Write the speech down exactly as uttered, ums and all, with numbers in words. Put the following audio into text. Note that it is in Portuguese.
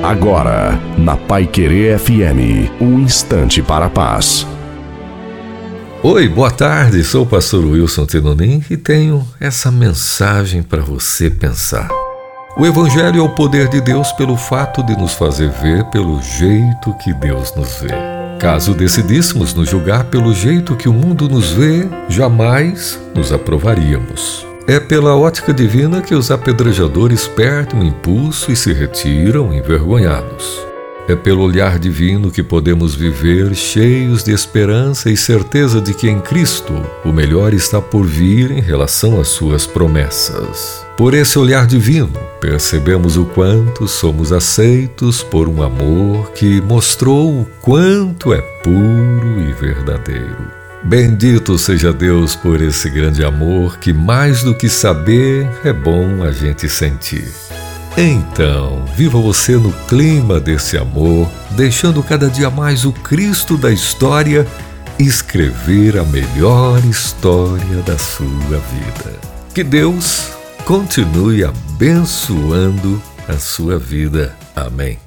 Agora, na Paiquerê F M, um instante para a paz. Oi, boa tarde, sou o pastor Wilson Tenonim e tenho essa mensagem para você pensar. O Evangelho é o poder de Deus pelo fato de nos fazer ver pelo jeito que Deus nos vê. Caso decidíssemos nos julgar pelo jeito que o mundo nos vê, jamais nos aprovaríamos. É pela ótica divina que os apedrejadores perdem o impulso e se retiram envergonhados. É pelo olhar divino que podemos viver cheios de esperança e certeza de que em Cristo o melhor está por vir em relação às suas promessas. Por esse olhar divino, percebemos o quanto somos aceitos por um amor que mostrou o quanto é puro e verdadeiro. Bendito seja Deus por esse grande amor que, mais do que saber, é bom a gente sentir. Então, viva você no clima desse amor, deixando cada dia mais o Cristo da história escrever a melhor história da sua vida. Que Deus continue abençoando a sua vida. Amém.